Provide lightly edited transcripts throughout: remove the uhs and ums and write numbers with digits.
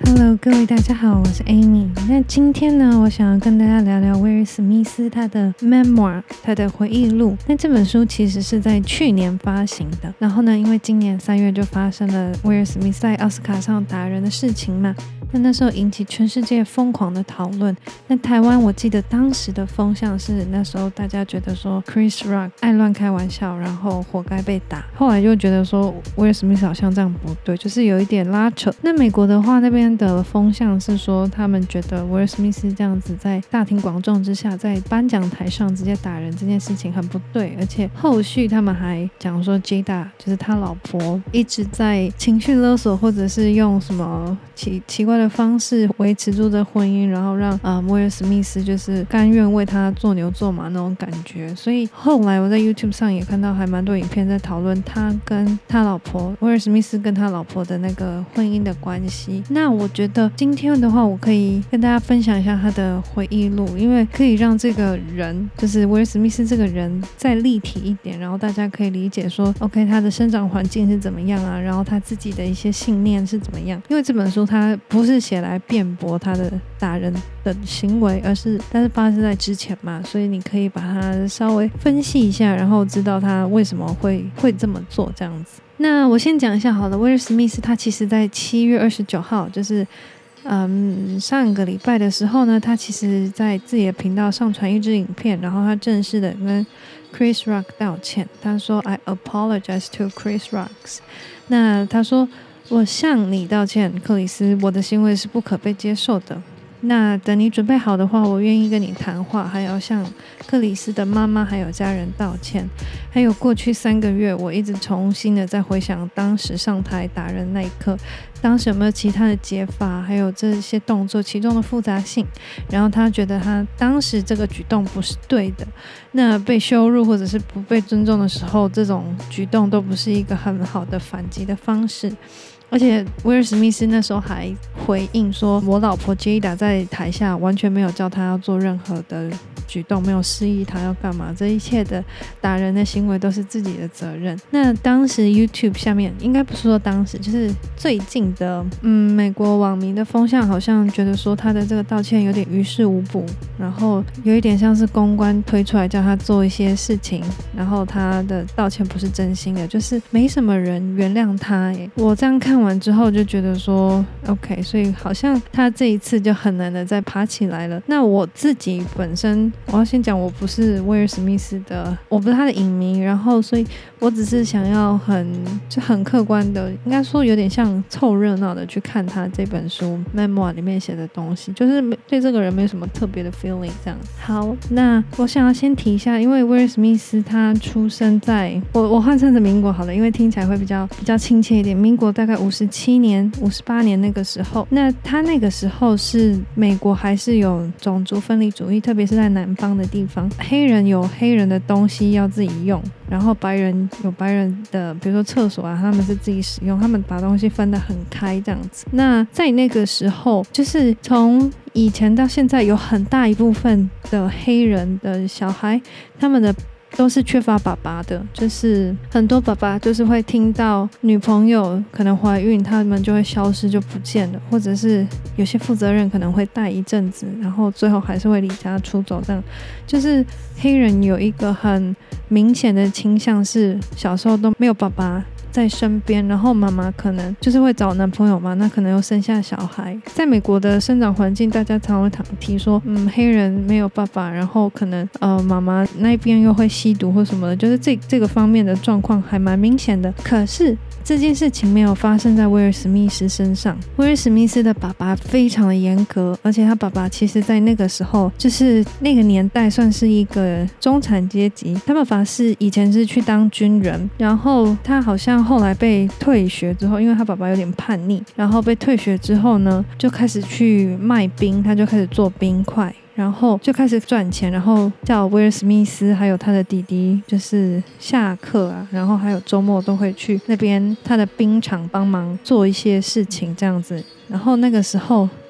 Hello， 各位大家好，我是 Amy。那今天呢，我想要跟大家聊聊威尔史密斯他的 memoir， 他的回忆录。那这本书其实是在去年发行的，然后呢，因为今年3月就发生了威尔史密斯在奥斯卡上打人的事情嘛，那时候引起全世界疯狂的讨论。那台湾我记得当时的风向是那时候大家觉得说 Chris Rock 爱乱开玩笑，然后活该被打。后来就觉得说威尔史密斯好像这样不对，就是有一点拉扯。那美国的话，那边的风向是说他们觉得威尔史密斯这样子在大庭广众之下在颁奖台上直接打人这件事情很不对，而且后续他们还讲说 Jada 就是他老婆一直在情绪勒索，或者是用什么奇怪的方式维持住这婚姻，然后让威尔史密斯就是甘愿为他做牛做马那种感觉。所以后来我在 YouTube 上也看到还蛮多影片在讨论他跟他老婆威尔史密斯跟他老婆的那个婚姻的关系。那我觉得今天的话我可以跟大家分享一下他的回忆录，因为可以让这个人就是威尔史密斯这个人再立体一点，然后大家可以理解说 OK 他的生长环境是怎么样啊，然后他自己的一些信念是怎么样。因为这本书他不是写来辩驳他的打人的行为，但是发生在之前嘛，所以你可以把它稍微分析一下，然后知道他为什么会这么做这样子。那我先讲一下好了，威尔史密斯他其实在7月29号就是上个礼拜的时候呢，他其实在自己的频道上传一支影片，然后他正式的跟 Chris Rock 道歉。他说 I apologize to Chris Rock。 那他说我向你道歉，克里斯，我的行为是不可被接受的。那等你准备好的话，我愿意跟你谈话，还要向克里斯的妈妈还有家人道歉。还有过去3个月，我一直重新的在回想当时上台打人那一刻，当时有没有其他的解法，还有这些动作其中的复杂性。然后他觉得他当时这个举动不是对的，那被羞辱或者是不被尊重的时候，这种举动都不是一个很好的反击的方式。而且威尔史密斯那时候还回应说，我老婆 Jada 在台下完全没有叫他要做任何的举动，没有示意他要干嘛，这一切的打人的行为都是自己的责任。那当时 YouTube 下面，应该不是说当时，就是最近的美国网民的风向好像觉得说他的这个道歉有点于事无补，然后有一点像是公关推出来叫他做一些事情，然后他的道歉不是真心的，就是没什么人原谅他耶。我这样看完之后就觉得说 OK， 所以好像他这一次就很难的再爬起来了。那我自己本身我要先讲，我不是威尔史密斯的，我不是他的影迷，然后所以我只是想要很客观的，应该说有点像凑热闹的去看他这本书 memoir 里面写的东西，就是对这个人没什么特别的 feeling 这样。好，那我想要先提一下，因为威尔史密斯他出生在我换算成民国好了，因为听起来会比较亲切一点，民国大概58年那个时候。那他那个时候是美国还是有种族分离主义，特别是在南方的地方，黑人有黑人的东西要自己用，然后白人有白人的，比如说厕所啊，他们是自己使用，他们把东西分得很开这样子。那在那个时候，就是从以前到现在，有很大一部分的黑人的小孩，他们的都是缺乏爸爸的，就是很多爸爸就是会听到女朋友可能怀孕，他们就会消失就不见了，或者是有些负责任可能会带一阵子，然后最后还是会离家出走，这样就是黑人有一个很明显的倾向是小时候都没有爸爸在身边，然后妈妈可能就是会找男朋友嘛，那可能又生下小孩。在美国的生长环境，大家常会提说黑人没有爸爸，然后可能妈妈那边又会吸毒或什么的，就是这个方面的状况还蛮明显的。可是这件事情没有发生在威尔史密斯身上。威尔史密斯的爸爸非常的严格，而且他爸爸其实在那个时候，就是那个年代算是一个中产阶级。他爸爸以前是去当军人，然后他好像后来被退学之后，因为他爸爸有点叛逆，然后被退学之后呢，就开始去卖冰，他就开始做冰块，然后就开始赚钱，然后叫威尔史密斯还有他的弟弟就是下课啊，然后还有周末都会去那边他的冰场帮忙做一些事情这样子。然后那个时候威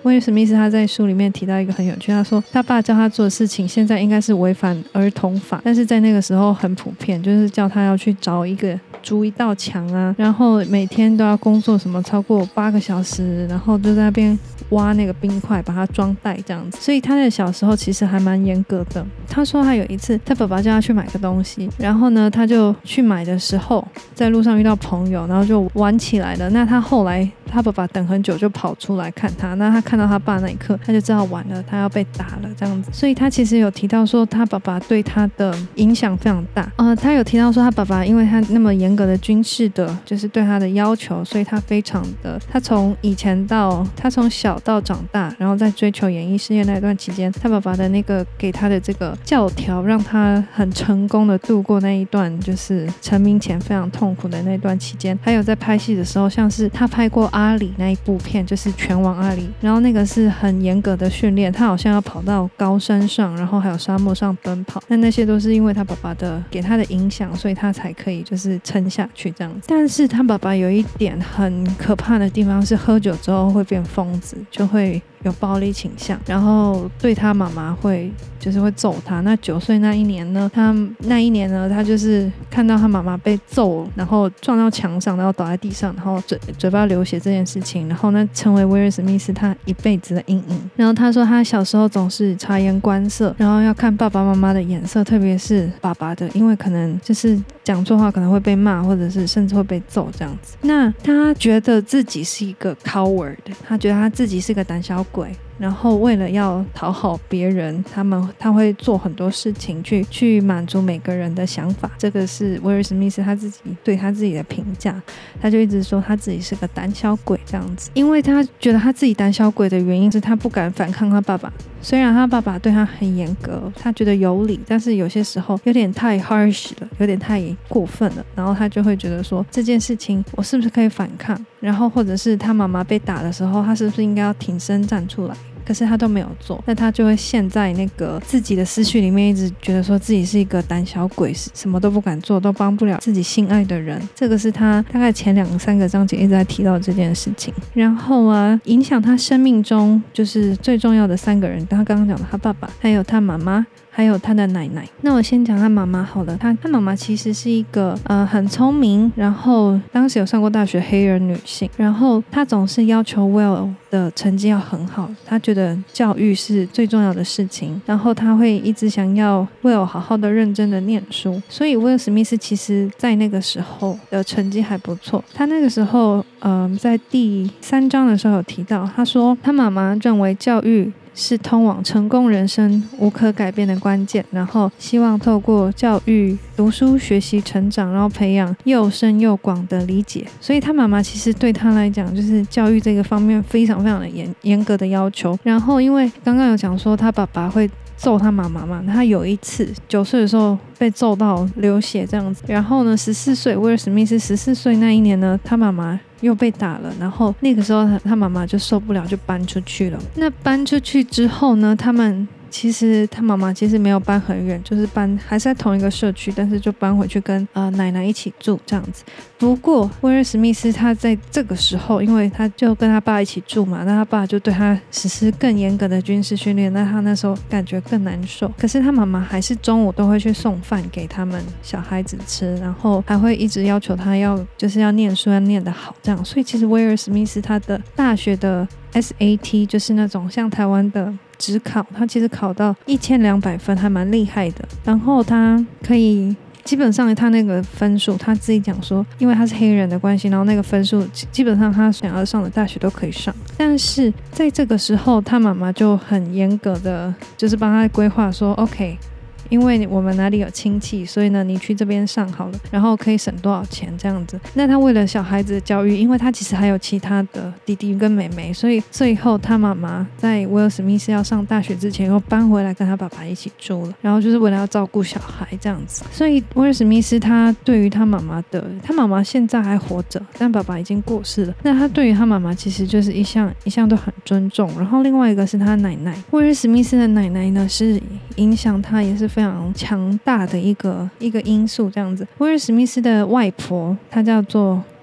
威尔史密斯他在书里面提到一个很有趣，他说他爸叫他做的事情现在应该是违反儿童法，但是在那个时候很普遍，就是叫他要去筑一道墙啊，然后每天都要工作什么超过8个小时，然后就在那边挖那个冰块把它装袋这样子。所以他的小时候其实还蛮严格的。他说他有一次他爸爸叫他去买个东西，然后呢他就去买的时候在路上遇到朋友，然后就玩起来了。那他后来他爸爸等很久就跑出来看他，那他看到他爸那一刻他就知道完了，他要被打了这样子。所以他其实有提到说他爸爸对他的影响非常大。他有提到说他爸爸因为他那么严格的军事的就是对他的要求，所以他非常的他从小到长大，然后在追求演艺事业那段期间，他爸爸的那个给他的这个教条让他很成功的度过那一段就是成名前非常痛苦的那段期间。还有在拍戏的时候，像是他拍过阿里那一部片，就是拳王阿里，然后那个是很严格的训练，他好像要跑到高山上，然后还有沙漠上奔跑，那些都是因为他爸爸的给他的影响，所以他才可以就是撑下去这样子。但是他爸爸有一点很可怕的地方是喝酒之后会变疯子，就会有暴力倾向，然后对他妈妈会揍他。那9岁那一年呢，他就是看到他妈妈被揍，然后撞到墙上，然后倒在地上，然后嘴巴流血这件事情，然后呢成为威尔史密斯他一辈子的阴影。然后他说他小时候总是察言观色，然后要看爸爸妈妈的眼色，特别是爸爸的，因为可能就是讲错话可能会被骂，或者是甚至会被揍这样子。那他觉得自己是一个 coward， 他觉得他自己是个胆小鬼，然后为了要讨好别人，他会做很多事情去满足每个人的想法。这个是威尔史密斯他自己对他自己的评价，他就一直说他自己是个胆小鬼这样子。因为他觉得他自己胆小鬼的原因是他不敢反抗他爸爸，虽然他爸爸对他很严格，他觉得有理，但是有些时候有点太 harsh 了，有点太过分了，然后他就会觉得说这件事情我是不是可以反抗，然后或者是他妈妈被打的时候他是不是应该要挺身站出来，可是他都没有做，那他就会陷在那个自己的思绪里面，一直觉得说自己是一个胆小鬼，什么都不敢做，都帮不了自己心爱的人。这个是他大概前2-3个章节一直在提到这件事情。然后影响他生命中就是最重要的3个人，他刚刚讲的他爸爸，还有他妈妈，还有他的奶奶。那我先讲他妈妈好了。他妈妈其实是一个很聪明，然后当时有上过大学黑人女性，然后他总是要求 Will 的成绩要很好，他觉得教育是最重要的事情，然后他会一直想要 Will 好好的认真的念书。所以威尔史密斯其实在那个时候的成绩还不错。他那个时候在第3章的时候有提到，他说他妈妈认为教育是通往成功人生无可改变的关键，然后希望透过教育读书学习成长，然后培养又深又广的理解。所以他妈妈其实对他来讲就是教育这个方面非常非常的严格的要求。然后因为刚刚有讲说他爸爸会揍他妈妈嘛，他有一次9岁的时候被揍到流血这样子，然后呢14岁威尔史密斯14岁那一年呢，他妈妈又被打了，然后那个时候他妈妈就受不了，就搬出去了。那搬出去之后呢，他妈妈其实没有搬很远，就是还是在同一个社区，但是就搬回去跟奶奶一起住这样子。不过威尔史密斯他在这个时候，因为他就跟他爸一起住嘛，那他爸就对他实施更严格的军事训练，那他那时候感觉更难受。可是他妈妈还是中午都会去送饭给他们小孩子吃，然后还会一直要求他要念书要念得好这样。所以其实威尔史密斯他的大学的 SAT 就是那种像台湾的指考，他其实考到1200分，还蛮厉害的。然后他可以基本上他那个分数，他自己讲说因为他是黑人的关系，然后那个分数基本上他想要上的大学都可以上。但是在这个时候他妈妈就很严格的就是帮他规划说 OK，因为我们哪里有亲戚，所以呢你去这边上好了，然后可以省多少钱这样子。那他为了小孩子的教育，因为他其实还有其他的弟弟跟妹妹，所以最后他妈妈在威尔史密斯要上大学之前又搬回来跟他爸爸一起住了，然后就是为了要照顾小孩这样子。所以威尔史密斯他对于他妈妈现在还活着，但爸爸已经过世了，那他对于他妈妈其实就是一向都很尊重。然后另外一个是他奶奶，威尔史密斯的奶奶呢是影响他也是非常强大的一个因素这样子。威尔史密斯的外婆她叫做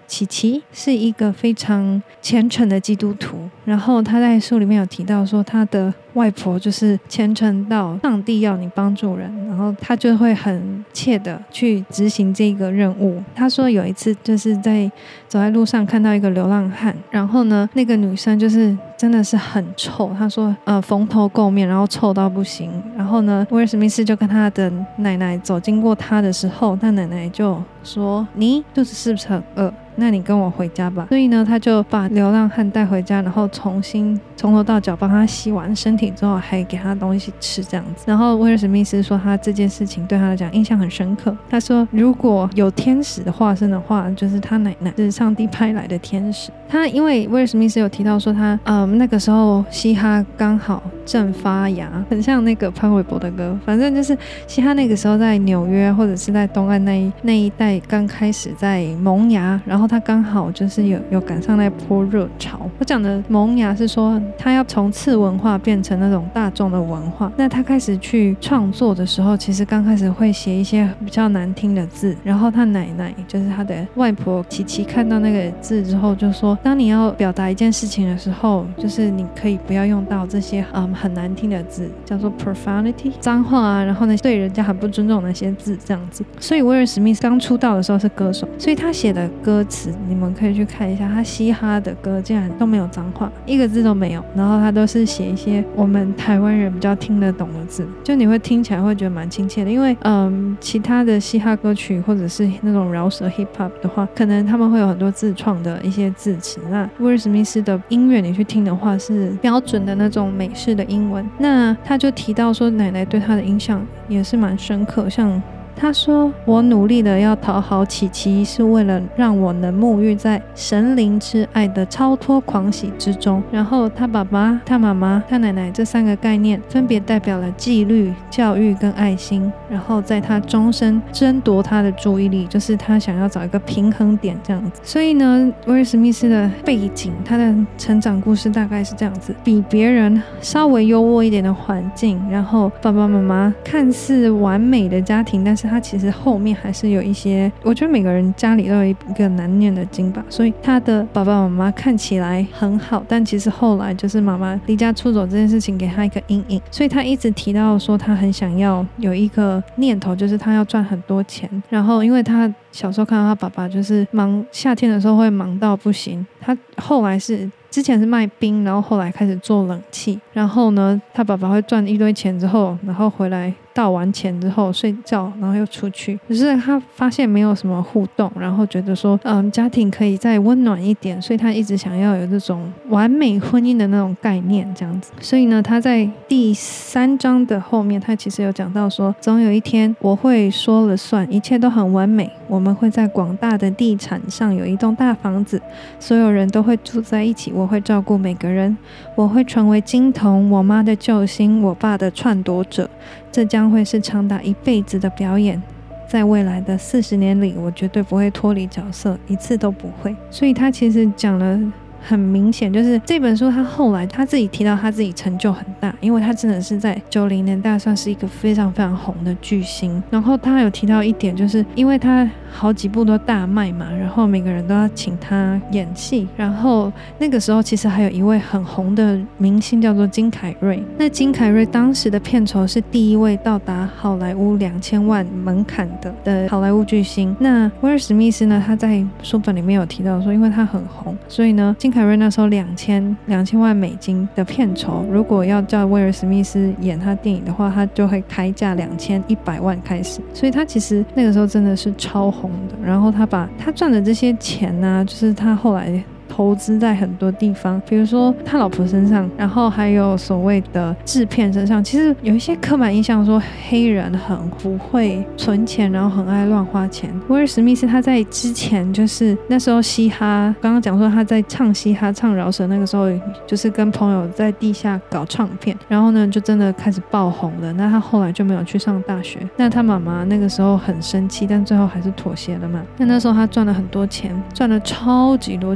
琪琪是一个非常虔诚的基督徒，然后他在书里面有提到说他的外婆就是虔诚到上帝要你帮助人，然后他就会很切的去执行这个任务。他说有一次就是走在路上看到一个流浪汉，然后呢那个女生就是真的是很臭，他说蓬头垢面，然后臭到不行。然后呢威尔史密斯就跟他的奶奶走经过他的时候，他奶奶就说你肚子是不是很饿，那你跟我回家吧。所以呢他就把流浪汉带回家，然后重新从头到脚帮他洗完身体之后还给他东西吃这样子。然后威尔史密斯说他这件事情对他来讲印象很深刻，他说如果有天使的化身的话，就是他奶奶是上帝派来的天使。他因为威尔史密斯有提到说他那个时候嘻哈刚好正发芽，很像那个潘玮柏的歌，反正就是嘻哈那个时候在纽约或者是在东岸那一带刚开始在萌芽，然后他刚好就是有赶上那波热潮。我讲的萌芽是说他要从次文化变成那种大众的文化，那他开始去创作的时候，其实刚开始会写一些比较难听的字，然后他奶奶就是他的外婆琪琪看到那个字之后就说，当你要表达一件事情的时候，就是你可以不要用到这些很难听的字，叫做 profanity 脏话啊，然后呢对人家很不尊重那些字这样子。所以威尔史密斯刚出道的时候是歌手，所以他写的歌词你们可以去看一下，他嘻哈的歌竟然都没有脏话，一个字都没有，然后他都是写一些我们台湾人比较听得懂的字，就你会听起来会觉得蛮亲切的。因为其他的嘻哈歌曲或者是那种饶舌 hip hop 的话，可能他们会有很多自创的一些字词，那威尔史密斯的音乐你去听的话是标准的那种美式的英文。那他就提到说奶奶对他的影响也是蛮深刻，像他说我努力的要讨好琪琪，是为了让我能沐浴在神灵之爱的超脱狂喜之中。然后他爸爸、他妈妈、他奶奶这三个概念分别代表了纪律、教育跟爱心，然后在他终身争夺他的注意力，就是他想要找一个平衡点这样子。所以呢威尔史密斯的背景，他的成长故事大概是这样子，比别人稍微优渥一点的环境，然后爸爸妈妈看似完美的家庭，但是他其实后面还是有一些，我觉得每个人家里都有一个难念的经吧。所以他的爸爸妈妈看起来很好，但其实后来就是妈妈离家出走这件事情给他一个阴影，所以他一直提到说他很想要有一个念头，就是他要赚很多钱。然后因为他小时候看到他爸爸就是夏天的时候会忙到不行，他后来之前是卖冰，然后后来开始做冷气。然后呢他爸爸会赚一堆钱之后，然后回来倒完钱之后睡觉，然后又出去。可是他发现没有什么互动，然后觉得说家庭可以再温暖一点，所以他一直想要有这种完美婚姻的那种概念这样子。所以呢他在第3章的后面，他其实有讲到说，总有一天我会说了算，一切都很完美，我们会在广大的地产上有一栋大房子，所有人都会住在一起，我会照顾每个人，我会成为金童，我妈的救星，我爸的篡夺者，这将会是长达一辈子的表演，在未来的40年里，我绝对不会脱离角色，一次都不会。所以他其实讲了很明显，就是这本书他后来他自己提到他自己成就很大，因为他真的是在90年代算是一个非常非常红的巨星。然后他有提到一点，就是因为他好几部都大卖嘛，然后每个人都要请他演戏。然后那个时候其实还有一位很红的明星叫做金凯瑞，那金凯瑞当时的片酬是第一位到达好莱坞2000万门槛的好莱坞巨星。那威尔史密斯呢，他在书本里面有提到说，因为他很红，所以呢金凯瑞那时候2000万美金的片酬，如果要叫威尔史密斯演他电影的话，他就会开价2100万开始。所以他其实那个时候真的是超红的。然后他把他赚的这些钱啊，就是他后来投资在很多地方，比如说他老婆身上，然后还有所谓的制片身上。其实有一些刻板印象说黑人很不会存钱，然后很爱乱花钱。威尔史密斯他在之前就是那时候嘻哈，刚刚讲说他在唱嘻哈唱饶舌，那个时候就是跟朋友在地下搞唱片，然后呢就真的开始爆红了。那他后来就没有去上大学，那他妈妈那个时候很生气，但最后还是妥协了嘛。那时候他赚了很多钱，赚了超级多钱，赚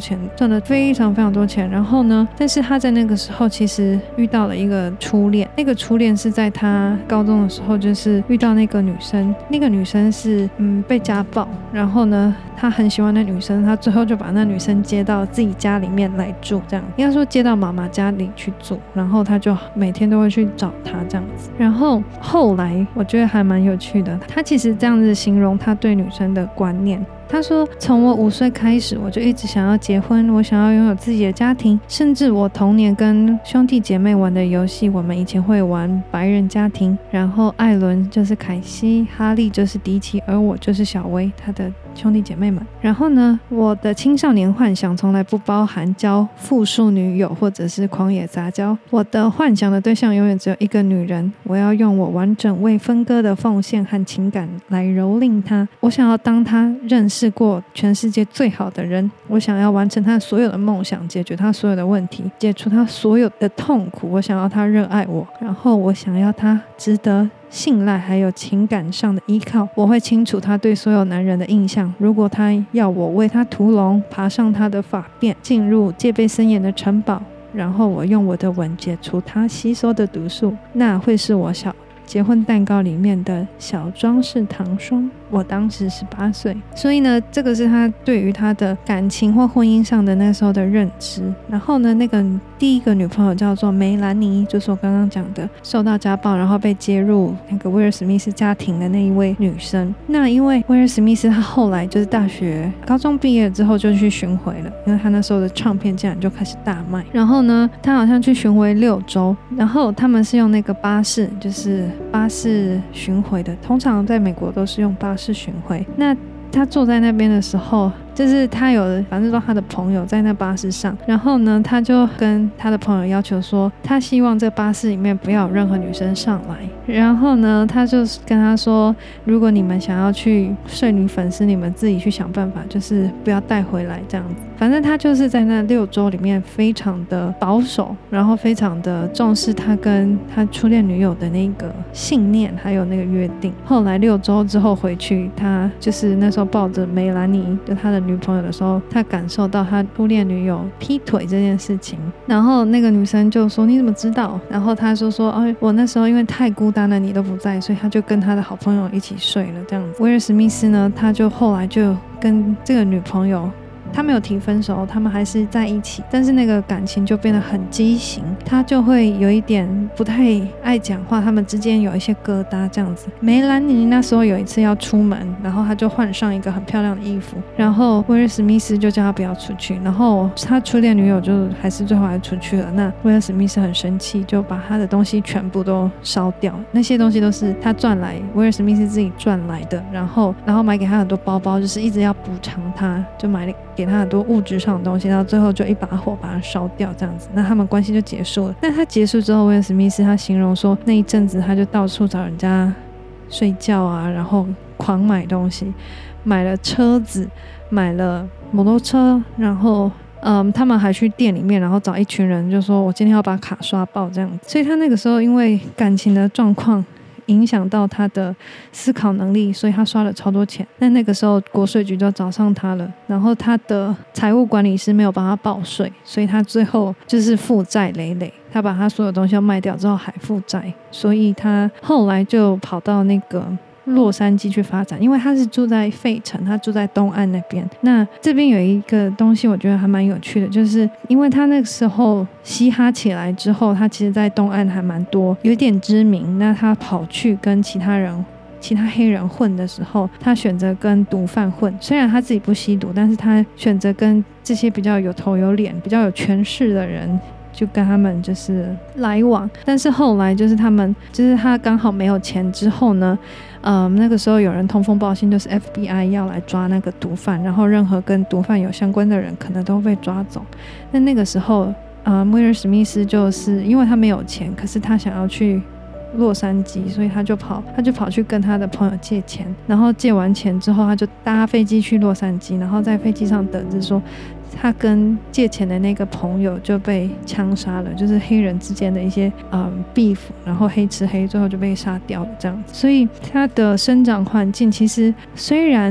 赚了非常非常多钱。然后呢，但是他在那个时候其实遇到了一个初恋，那个初恋是在他高中的时候，就是遇到那个女生，那个女生是被家暴，然后呢他很喜欢那女生，他最后就把那女生接到自己家里面来住，这样应该说接到妈妈家里去住，然后他就每天都会去找她这样子。然后后来我觉得还蛮有趣的，他其实这样子形容他对女生的观念，他说从我5岁开始，我就一直想要结婚，我想要拥有自己的家庭，甚至我童年跟兄弟姐妹玩的游戏，我们以前会玩白人家庭，然后艾伦就是凯西，哈利就是迪奇，而我就是小薇，他的兄弟姐妹们。然后呢，我的青少年幻想从来不包含交复数女友或者是狂野杂交，我的幻想的对象永远只有一个女人，我要用我完整未分割的奉献和情感来蹂躏她，我想要当她认识过全世界最好的人，我想要完成她所有的梦想，解决她所有的问题，解除她所有的痛苦，我想要她热爱我，然后我想要她值得信赖还有情感上的依靠，我会清楚他对所有男人的印象，如果他要我为他屠龙，爬上他的法殿，进入戒备森严的城堡，然后我用我的吻解除他吸收的毒素，那会是我结婚蛋糕里面的小装饰糖霜。我当时18岁，所以呢，这个是他对于他的感情或婚姻上的那时候的认知。然后呢，那个第一个女朋友叫做梅兰妮，就是我刚刚讲的受到家暴，然后被接入那个威尔史密斯家庭的那一位女生。那因为威尔史密斯他后来就是高中毕业之后就去巡回了，因为他那时候的唱片竟然就开始大卖。然后呢，他好像去巡回6周，然后他们是用那个巴士，就是巴士巡回的，通常在美国都是用巴士巡回。那他坐在那边的时候，就是他反正说他的朋友在那巴士上，然后呢他就跟他的朋友要求说，他希望这巴士里面不要有任何女生上来，然后呢他就跟他说，如果你们想要去睡女粉丝，你们自己去想办法，就是不要带回来这样子。反正他就是在那6周里面非常的保守，然后非常的重视他跟他初恋女友的那个信念还有那个约定。后来6周之后回去，他就是那时候抱着梅兰妮就他的女朋友的时候，他感受到他初恋女友劈腿这件事情。然后那个女生就说，你怎么知道？然后他就说，我那时候因为太孤单了，你都不在，所以他就跟他的好朋友一起睡了这样子。威尔史密斯呢，他就后来就跟这个女朋友，他没有提分手，他们还是在一起，但是那个感情就变得很畸形，他就会有一点不太爱讲话，他们之间有一些疙瘩这样子。梅兰妮那时候有一次要出门，然后他就换上一个很漂亮的衣服，然后威尔史密斯就叫他不要出去，然后他初恋女友就还是最后还出去了。那威尔史密斯很生气，就把他的东西全部都烧掉，那些东西都是他赚来，威尔史密斯自己赚来的，然后买给他很多包包，就是一直要补偿他，就买了给他很多物质上的东西，然后最后就一把火把它烧掉这样子。那他们关系就结束了。那他结束之后，威尔史密斯他形容说，那一阵子他就到处找人家睡觉啊，然后狂买东西，买了车子，买了摩托车，然后他们还去店里面，然后找一群人就说，我今天要把卡刷爆这样子。所以他那个时候因为感情的状况影响到他的思考能力，所以他刷了超多钱。那个时候国税局就找上他了，然后他的财务管理师没有帮他报税，所以他最后就是负债累累，他把他所有东西都卖掉之后还负债，所以他后来就跑到那个洛杉矶去发展，因为他是住在费城，他住在东岸那边。那这边有一个东西我觉得还蛮有趣的，就是因为他那个时候嘻哈起来之后，他其实在东岸还蛮多，有点知名。那他跑去跟其他黑人混的时候，他选择跟毒贩混，虽然他自己不吸毒，但是他选择跟这些比较有头有脸比较有权势的人就跟他们就是来往。但是后来就是他刚好没有钱之后呢，那个时候有人通风报信，就是 FBI 要来抓那个毒贩，然后任何跟毒贩有相关的人可能都被抓走。那个时候威尔史密斯就是因为他没有钱，可是他想要去洛杉矶，所以他就跑去跟他的朋友借钱，然后借完钱之后他就搭飞机去洛杉矶，然后在飞机上得知说他跟借钱的那个朋友就被枪杀了，就是黑人之间的一些beef，然后黑吃黑，最后就被杀掉了这样子。所以他的生长环境其实虽然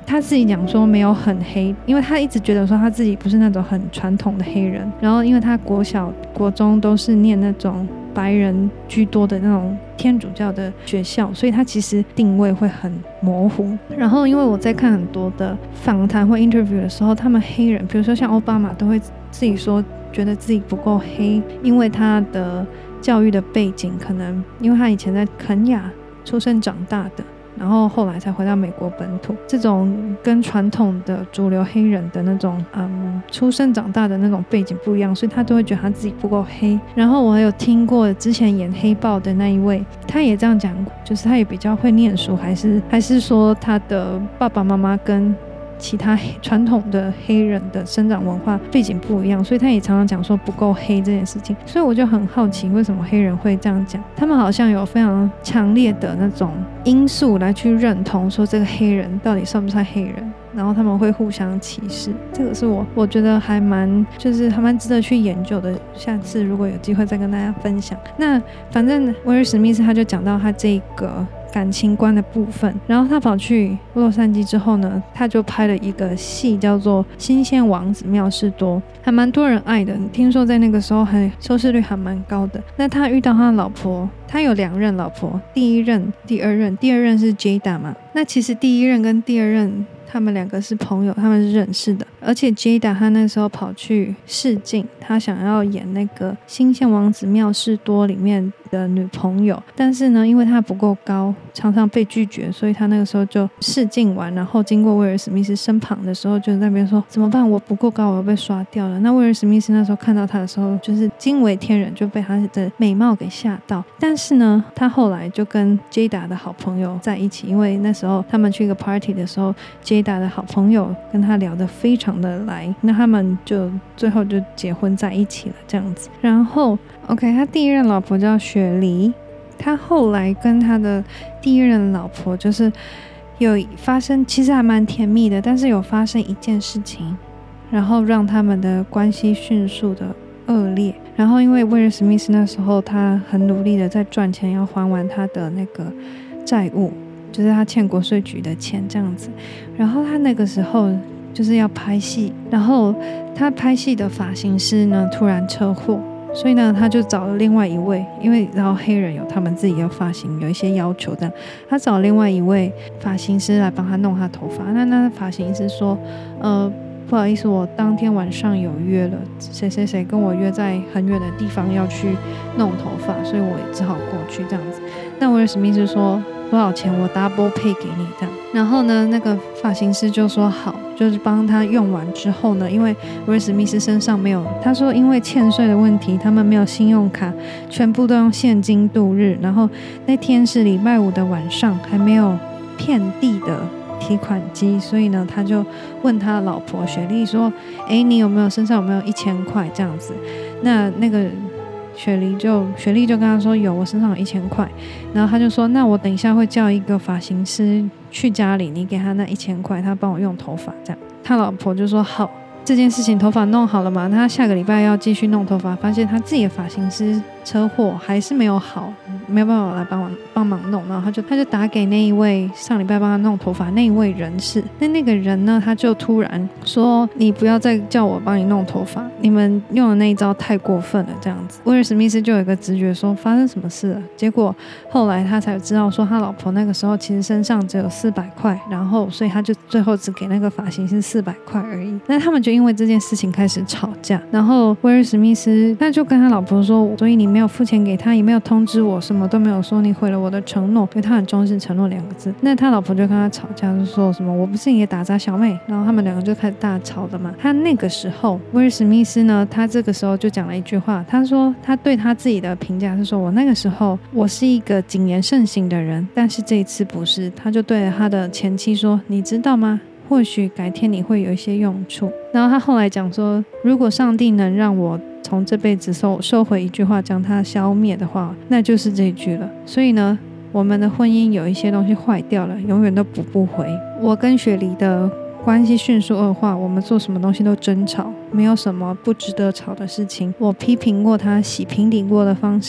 他自己讲说没有很黑，因为他一直觉得说他自己不是那种很传统的黑人，然后因为他国小国中都是念那种白人居多的那种天主教的学校，所以他其实定位会很模糊。然后因为我在看很多的访谈或 interview 的时候，他们黑人比如说像奥巴马都会自己说觉得自己不够黑，因为他的教育的背景可能因为他以前在肯亚出生长大的，然后后来才回到美国本土，这种跟传统的主流黑人的那种出生长大的那种背景不一样，所以他都会觉得他自己不够黑。然后我还有听过之前演黑豹的那一位，他也这样讲过，就是他也比较会念书，还是说他的爸爸妈妈跟其他传统的黑人的生长文化背景不一样，所以他也常常讲说不够黑这件事情。所以我就很好奇为什么黑人会这样讲，他们好像有非常强烈的那种因素来去认同说这个黑人到底算不算黑人，然后他们会互相歧视。这个是我觉得还蛮值得去研究的，下次如果有机会再跟大家分享。那反正威尔史密斯他就讲到他这个感情观的部分，然后他跑去洛杉矶之后呢，他就拍了一个戏叫做《新鲜王子妙事多》，还蛮多人爱的，听说在那个时候收视率还蛮高的。那他遇到他的老婆，他有2任老婆，第一任第二任是 Jada 嘛，那其实第一任跟第二任他们2个是朋友，他们是认识的。而且 Jada 他那时候跑去试镜，他想要演那个《新鲜王子妙事多》里面的女朋友，但是呢因为他不够高，常常被拒绝，所以他那个时候就试镜完，然后经过威尔史密斯身旁的时候，就在那边说怎么办，我不够高，我要被刷掉了。那威尔史密斯那时候看到他的时候就是惊为天人，就被他的美貌给吓到。但是呢他后来就跟 Jada 的好朋友在一起，因为那时候他们去一个 party 的时候， Jada 的好朋友跟他聊得非常的来，那他们就最后就结婚在一起了这样子。然后 OK 他第一任老婆叫雪梨，他后来跟他的第一任老婆就是有发生，其实还蛮甜蜜的，但是有发生一件事情，然后让他们的关系迅速的恶劣。然后因为威尔史密斯那时候他很努力的在赚钱，要还完他的那个债务，就是他欠国税局的钱这样子。然后他那个时候就是要拍戏，然后他拍戏的发型师呢突然车祸，所以呢他就找了另外一位，因为然后黑人有他们自己的发型有一些要求，这样他找另外一位发型师来帮他弄他头发。那发型师说不好意思，我当天晚上有约了谁谁谁跟我约在很远的地方要去弄头发，所以我也只好过去这样子。那威尔史密斯说多少钱我 double pay 给你这样。然后呢那个发型师就说好，就是帮他用完之后呢，因为威尔史密斯身上没有，他说因为欠税的问题他们没有信用卡，全部都用现金度日。然后那天是礼拜五的晚上，还没有遍地的提款机，所以呢他就问他老婆雪莉说你身上有没有1000块这样子。那个雪莉就跟他说有，我身上有1000块。然后他就说那我等一下会叫一个发型师去家里，你给他那1000块，他帮我用头发这样。他老婆就说好。这件事情头发弄好了嘛，他下个礼拜要继续弄头发，发现他自己的发型师车祸还是没有好，没有办法来帮忙弄。然后他就打给那一位上礼拜帮他弄头发那一位人士。那个人呢他就突然说你不要再叫我帮你弄头发，你们用的那一招太过分了这样子。威尔史密斯就有一个直觉说发生什么事了，结果后来他才知道说他老婆那个时候其实身上只有400块，然后所以他就最后只给那个发型师400块而已。那他们就因为这件事情开始吵架，然后威尔史密斯他就跟他老婆说所以你没有付钱给他，也没有通知我，什么都没有说，你毁了我的承诺，因为他很重视承诺2个字。那他老婆就跟他吵架，就说什么我不是你的打杂小妹，然后他们2个就开始大吵了嘛。他那个时候威尔史密斯呢他这个时候就讲了一句话，他说他对他自己的评价是说我那个时候我是一个谨言慎行的人，但是这一次不是。他就对他的前妻说你知道吗，或许改天你会有一些用处。然后他后来讲说如果上帝能让我从这辈子收回一句话将它消灭的话，那就是这一句了。所以呢我们的婚姻有一些东西坏掉了，永远都补不回。我跟雪梨的关系迅速恶化，我们做什么东西都争吵，没有什么不值得吵的事情。我批评过他洗平底锅的方式，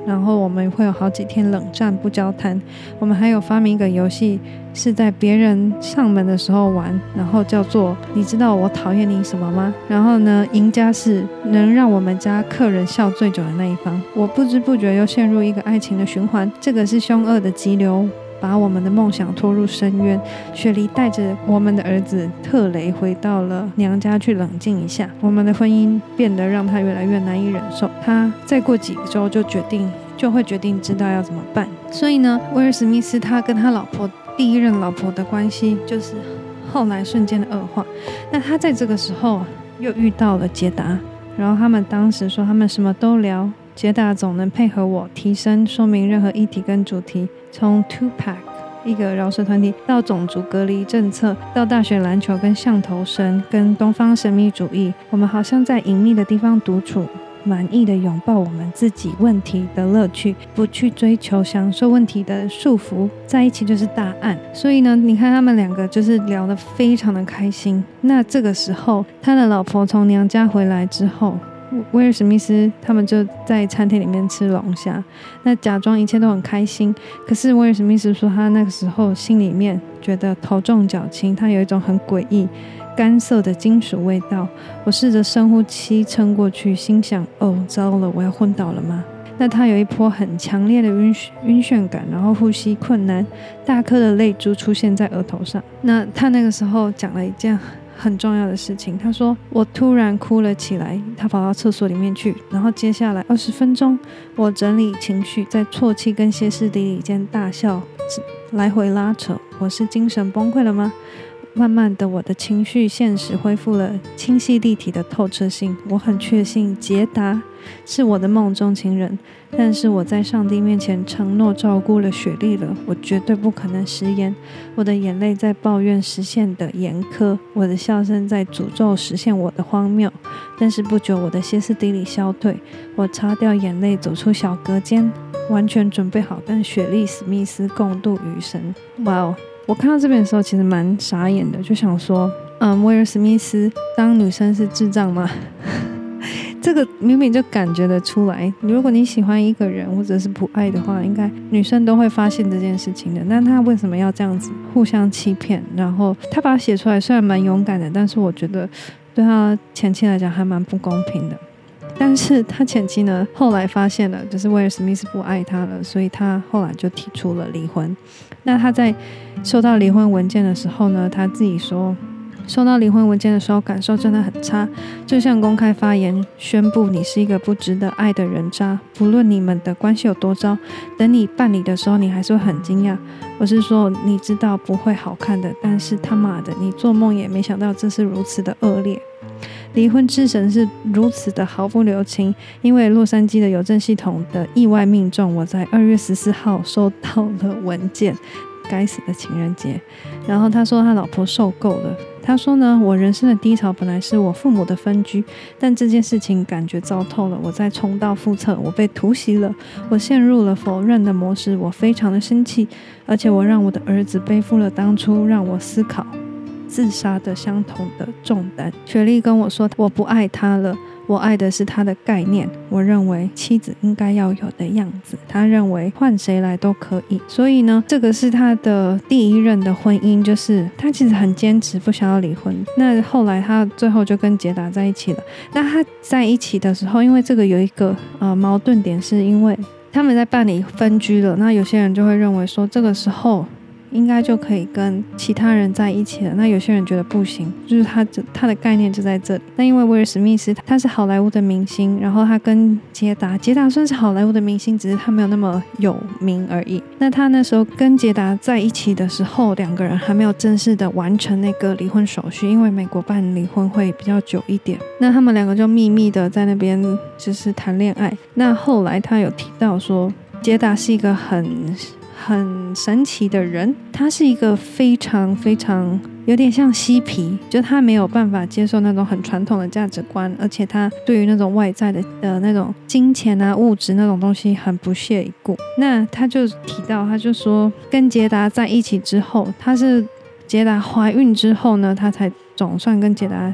然后我们会有好几天冷战不交谈。我们还有发明一个游戏，是在别人上门的时候玩，然后叫做你知道我讨厌你什么吗？然后呢，赢家是能让我们家客人笑最久的那一方。我不知不觉又陷入一个爱情的循环，这个是凶恶的急流，把我们的梦想拖入深渊。雪梨带着我们的儿子特雷回到了娘家去冷静一下，我们的婚姻变得让他越来越难以忍受。他再过几周就会决定知道要怎么办。所以呢，威尔史密斯他跟他第一任老婆的关系就是后来瞬间的恶化。那他在这个时候又遇到了杰达，然后他们当时说他们什么都聊，杰达总能配合我提升说明任何议题跟主题，从 2PAC 一个饶舌团体到种族隔离政策，到大学篮球跟象头神跟东方神秘主义，我们好像在隐秘的地方独处，满意的拥抱我们自己问题的乐趣，不去追求享受问题的束缚，在一起就是答案。所以呢，你看他们两个就是聊得非常的开心。那这个时候他的老婆从娘家回来之后，威尔史密斯他们就在餐厅里面吃龙虾，那假装一切都很开心。可是威尔史密斯说他那个时候心里面觉得头重脚轻，他有一种很诡异干涩的金属味道。我试着深呼吸撑过去，心想哦糟了，我要昏倒了吗？那他有一波很强烈的晕眩感，然后呼吸困难，大颗的泪珠出现在额头上。那他那个时候讲了一件很重要的事情，他说我突然哭了起来，他跑到厕所里面去，然后接下来20分钟我整理情绪，在啜泣跟歇斯底里间大笑，来回拉扯。我是精神崩溃了吗？慢慢的我的情绪现实恢复了清晰立体的透彻性。我很确信杰达是我的梦中情人，但是我在上帝面前承诺照顾了雪莉了，我绝对不可能食言。我的眼泪在抱怨实现的严苛，我的笑声在诅咒实现我的荒谬。但是不久我的歇斯底里消退，我擦掉眼泪走出小隔间，完全准备好跟雪莉史密斯共度余生。哇哦，我看到这边的时候其实蛮傻眼的，就想说威尔史密斯当女生是智障吗？这个明明就感觉得出来，如果你喜欢一个人或者是不爱的话，应该女生都会发现这件事情的。那他为什么要这样子互相欺骗？然后他把它写出来，虽然蛮勇敢的，但是我觉得对他前妻来讲还蛮不公平的。但是他前妻呢，后来发现了就是威尔史密斯不爱他了，所以他后来就提出了离婚。那他在收到离婚文件的时候呢，他自己说收到离婚文件的时候感受真的很差，就像公开发言宣布你是一个不值得爱的人渣，不论你们的关系有多糟，等你办理的时候你还是会很惊讶。我是说你知道不会好看的，但是他妈的你做梦也没想到这是如此的恶劣。离婚之神是如此的毫不留情，因为洛杉矶的邮政系统的意外命中，我在2月14号收到了文件，该死的情人节。然后他说他老婆受够了，他说呢，我人生的低潮本来是我父母的分居，但这件事情感觉糟透了，我再重蹈覆辙，我被突袭了，我陷入了否认的模式，我非常的生气，而且我让我的儿子背负了当初让我思考自杀的相同的重担。雪莉跟我说我不爱他了，我爱的是他的概念，我认为妻子应该要有的样子，他认为换谁来都可以。所以呢，这个是他的第一任的婚姻，就是他其实很坚持不想要离婚。那后来他最后就跟杰达在一起了。那他在一起的时候，因为这个有一个矛盾点，是因为他们在办理分居了，那有些人就会认为说这个时候应该就可以跟其他人在一起了，那有些人觉得不行，就是他的概念就在这里。那因为威尔史密斯他是好莱坞的明星，然后他跟杰达算是好莱坞的明星，只是他没有那么有名而已。那他那时候跟杰达在一起的时候，两个人还没有正式的完成那个离婚手续，因为美国办离婚会比较久一点。那他们两个就秘密的在那边就是谈恋爱。那后来他有提到说，杰达是一个很神奇的人，他是一个非常非常有点像嬉皮，就他没有办法接受那种很传统的价值观，而且他对于那种外在的那种金钱啊物质那种东西很不屑一顾。那他就提到，他就说跟杰达在一起之后，他是杰达怀孕之后呢，他才总算跟杰达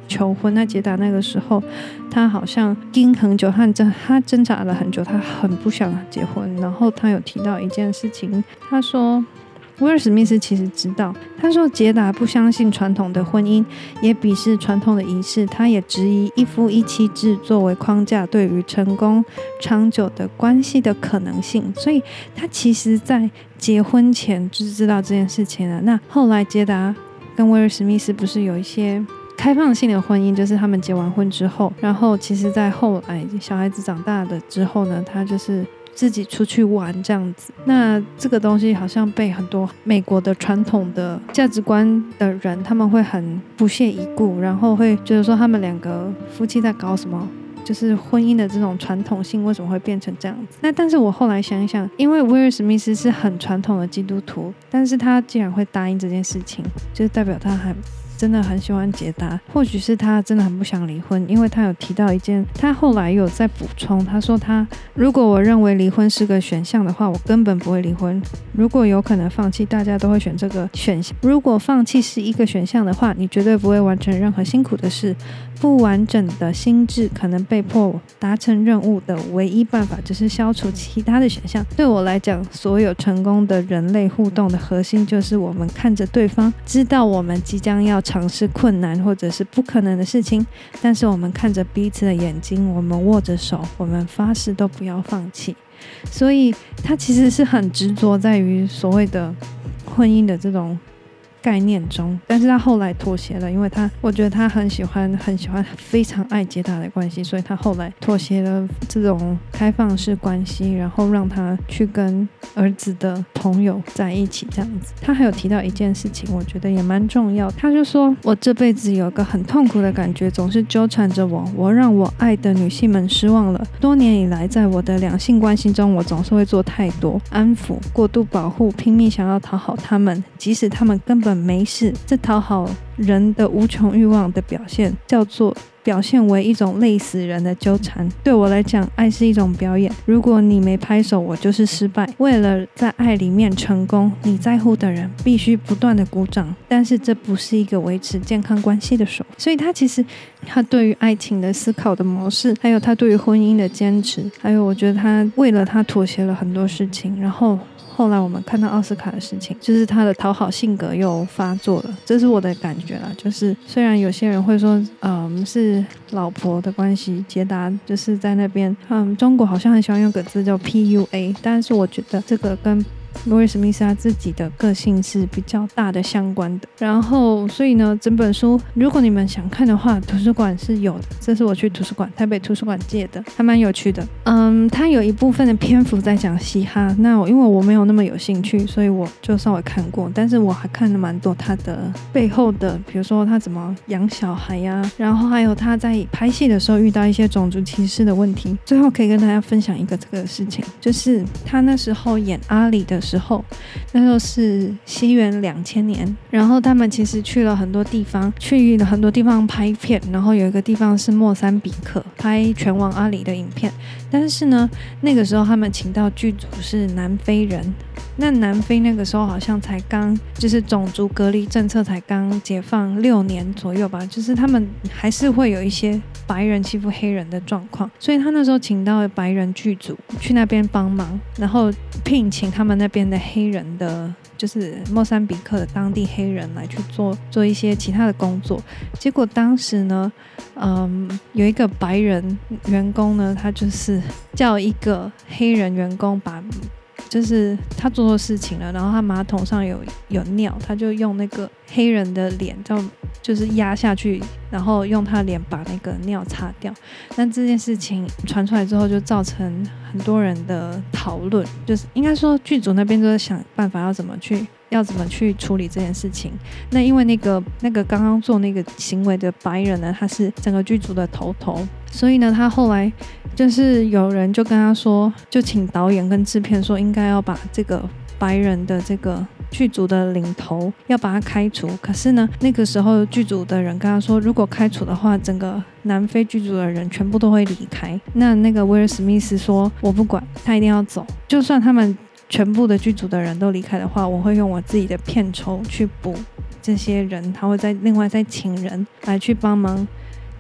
求婚。那杰达那个时候他好像盯很久，他挣扎了很久，他很不想结婚。然后他有提到一件事情，他说威尔史密斯其实知道，他说杰达不相信传统的婚姻，也鄙视传统的仪式，他也质疑一夫一妻制作为框架对于成功长久的关系的可能性。所以他其实在结婚前就知道这件事情了。那后来杰达跟威尔史密斯不是有一些开放性的婚姻，就是他们结完婚之后，然后其实在后来小孩子长大了之后呢，他就是自己出去玩这样子。那这个东西好像被很多美国的传统的价值观的人，他们会很不屑一顾，然后会觉得说他们两个夫妻在搞什么，就是婚姻的这种传统性为什么会变成这样子。那但是我后来想一想，因为威尔史密斯是很传统的基督徒，但是他既然会答应这件事情，就是代表他还真的很喜欢杰达，或许是他真的很不想离婚。因为他有提到一件，他后来有在补充，他说如果我认为离婚是个选项的话，我根本不会离婚。如果有可能放弃，大家都会选这个选项。如果放弃是一个选项的话，你绝对不会完成任何辛苦的事。不完整的心智可能被迫达成任务的唯一办法就是消除其他的选项。对我来讲，所有成功的人类互动的核心就是我们看着对方，知道我们即将要尝试困难或者是不可能的事情，但是我们看着彼此的眼睛，我们握着手，我们发誓都不要放弃。所以他其实是很执着在于所谓的婚姻的这种概念中，但是他后来妥协了，因为我觉得他很喜欢非常爱杰达的关系，所以他后来妥协了这种开放式关系，然后让他去跟儿子的朋友在一起这样子。他还有提到一件事情，我觉得也蛮重要，他就说我这辈子有个很痛苦的感觉总是纠缠着我让我爱的女性们失望了。多年以来，在我的两性关系中，我总是会做太多安抚、过度保护，拼命想要讨好他们，即使他们根本没事。这讨好人的无穷欲望的表现为一种累死人的纠缠。对我来讲，爱是一种表演，如果你没拍手，我就是失败。为了在爱里面成功，你在乎的人必须不断的鼓掌，但是这不是一个维持健康关系的手。所以他其实他对于爱情的思考的模式，还有他对于婚姻的坚持，还有我觉得他为了他妥协了很多事情，然后后来我们看到奥斯卡的事情，就是他的讨好性格又发作了，这是我的感觉啦。就是虽然有些人会说是老婆的关系，杰达就是在那边中国好像很喜欢用个字叫 PUA， 但是我觉得这个跟威尔史密斯他自己的个性是比较大的相关的。然后所以呢，整本书如果你们想看的话，图书馆是有的，这是我去台北图书馆借的，还蛮有趣的。它有一部分的篇幅在讲嘻哈，那因为我没有那么有兴趣，所以我就稍微看过，但是我还看了蛮多他的背后的，比如说他怎么养小孩呀，然后还有他在拍戏的时候遇到一些种族歧视的问题。最后可以跟大家分享一个这个事情，就是他那时候演阿里的时候，那时候是西元2000年，然后他们其实去了很多地方拍片，然后有一个地方是莫桑比克拍拳王阿里的影片，但是呢那个时候他们请到剧组是南非人，那南非那个时候好像才刚就是种族隔离政策才刚解放6年左右吧，就是他们还是会有一些白人欺负黑人的状况，所以他那时候请到白人剧组去那边帮忙，然后聘请他们那边的黑人的就是莫桑比克的当地黑人来去做一些其他的工作。结果当时呢有一个白人员工呢，他就是叫一个黑人员工就是他做错事情了，然后他马桶上有尿，他就用那个黑人的脸就是压下去，然后用他的脸把那个尿擦掉。那这件事情传出来之后，就造成很多人的讨论，就是应该说剧组那边就在想办法要怎么去处理这件事情。那因为那个刚刚做那个行为的白人呢，他是整个剧组的头，所以呢他后来就是有人就跟他说，就请导演跟制片说应该要把这个白人的这个剧组的领头要把他开除。可是呢那个时候剧组的人跟他说，如果开除的话，整个南非剧组的人全部都会离开。那个威尔史密斯说，我不管，他一定要走，就算他们全部的剧组的人都离开的话，我会用我自己的片酬去补这些人，他会另外再请人来去帮忙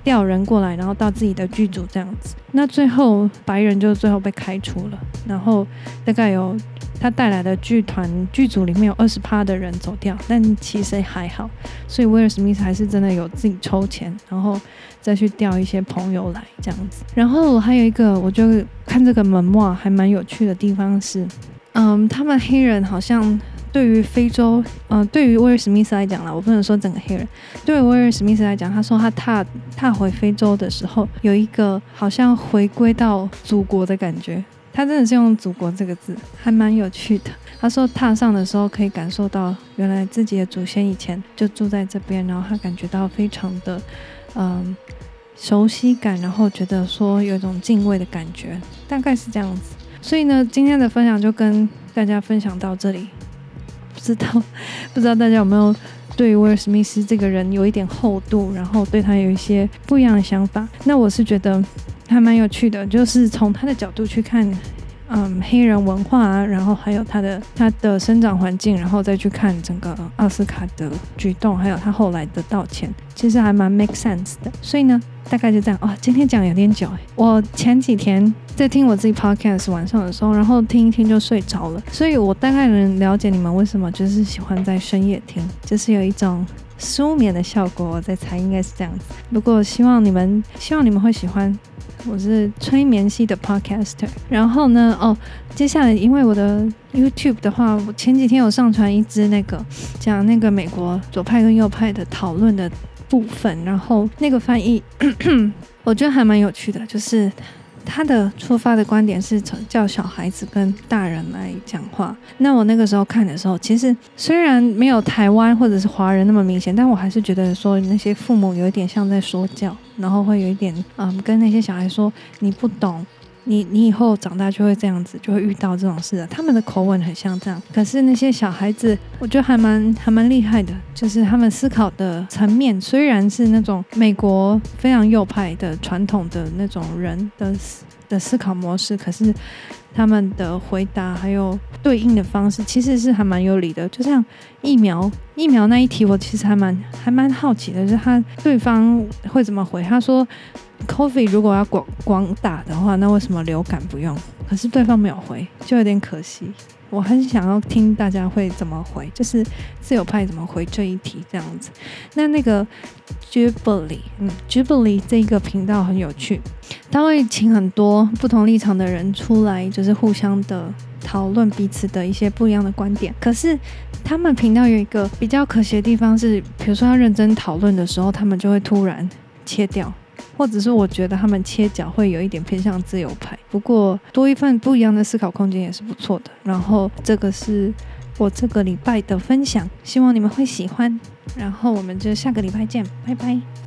调人过来，然后到自己的剧组这样子。那最后白人就最后被开除了，然后大概有他带来的剧组里面有20% 的人走掉，但其实还好，所以威尔史密斯还是真的有自己抽钱，然后再去调一些朋友来这样子。然后还有一个我觉得看这个memoir还蛮有趣的地方是，他们黑人好像对于非洲，对于威尔史密斯来讲啦，我不能说整个黑人，对于威尔史密斯来讲，他说他踏回非洲的时候，有一个好像回归到祖国的感觉。他真的是用祖国这个字，还蛮有趣的。他说踏上的时候可以感受到原来自己的祖先以前就住在这边，然后他感觉到非常的熟悉感，然后觉得说有一种敬畏的感觉，大概是这样子。所以呢，今天的分享就跟大家分享到这里。不知道大家有没有对于威尔史密斯这个人有一点厚度，然后对他有一些不一样的想法。那我是觉得还蛮有趣的，就是从他的角度去看黑人文化啊，然后还有他的生长环境，然后再去看整个奥斯卡的举动，还有他后来的道歉，其实还蛮 make sense 的。所以呢，大概就这样。今天讲有点久我前几天在听我自己 podcast 晚上的时候，然后听一听就睡着了，所以我大概能了解你们为什么就是喜欢在深夜听，就是有一种舒眠的效果，我在猜应该是这样子。不过希望你们会喜欢。我是催眠系的 podcaster。 然后呢接下来因为我的 YouTube 的话，我前几天有上传一支那个讲那个美国左派跟右派的讨论的部分，然后那个翻译我觉得还蛮有趣的，就是他的出发的观点是叫小孩子跟大人来讲话。那我那个时候看的时候，其实虽然没有台湾或者是华人那么明显，但我还是觉得说那些父母有一点像在说教，然后会有一点跟那些小孩说你不懂，你以后长大就会这样子，就会遇到这种事的。他们的口吻很像这样，可是那些小孩子我觉得还蛮厉害的，就是他们思考的层面虽然是那种美国非常右派的传统的那种人的思考模式，可是他们的回答还有对应的方式其实是还蛮有理的。就像疫苗那一题，我其实还蛮好奇的，就是对方会怎么回。他说 COVID 如果要广打的话，那为什么流感不用？可是对方没有回，就有点可惜。我很想要听大家会怎么回，就是自由派怎么回这一题这样子。那个 Jubilee 这个频道很有趣，他会请很多不同立场的人出来，就是互相的讨论彼此的一些不一样的观点。可是他们频道有一个比较可惜的地方是，比如说要认真讨论的时候，他们就会突然切掉，或者是我觉得他们切角会有一点偏向自由派。不过多一份不一样的思考空间也是不错的。然后这个是我这个礼拜的分享，希望你们会喜欢。然后我们就下个礼拜见，拜拜。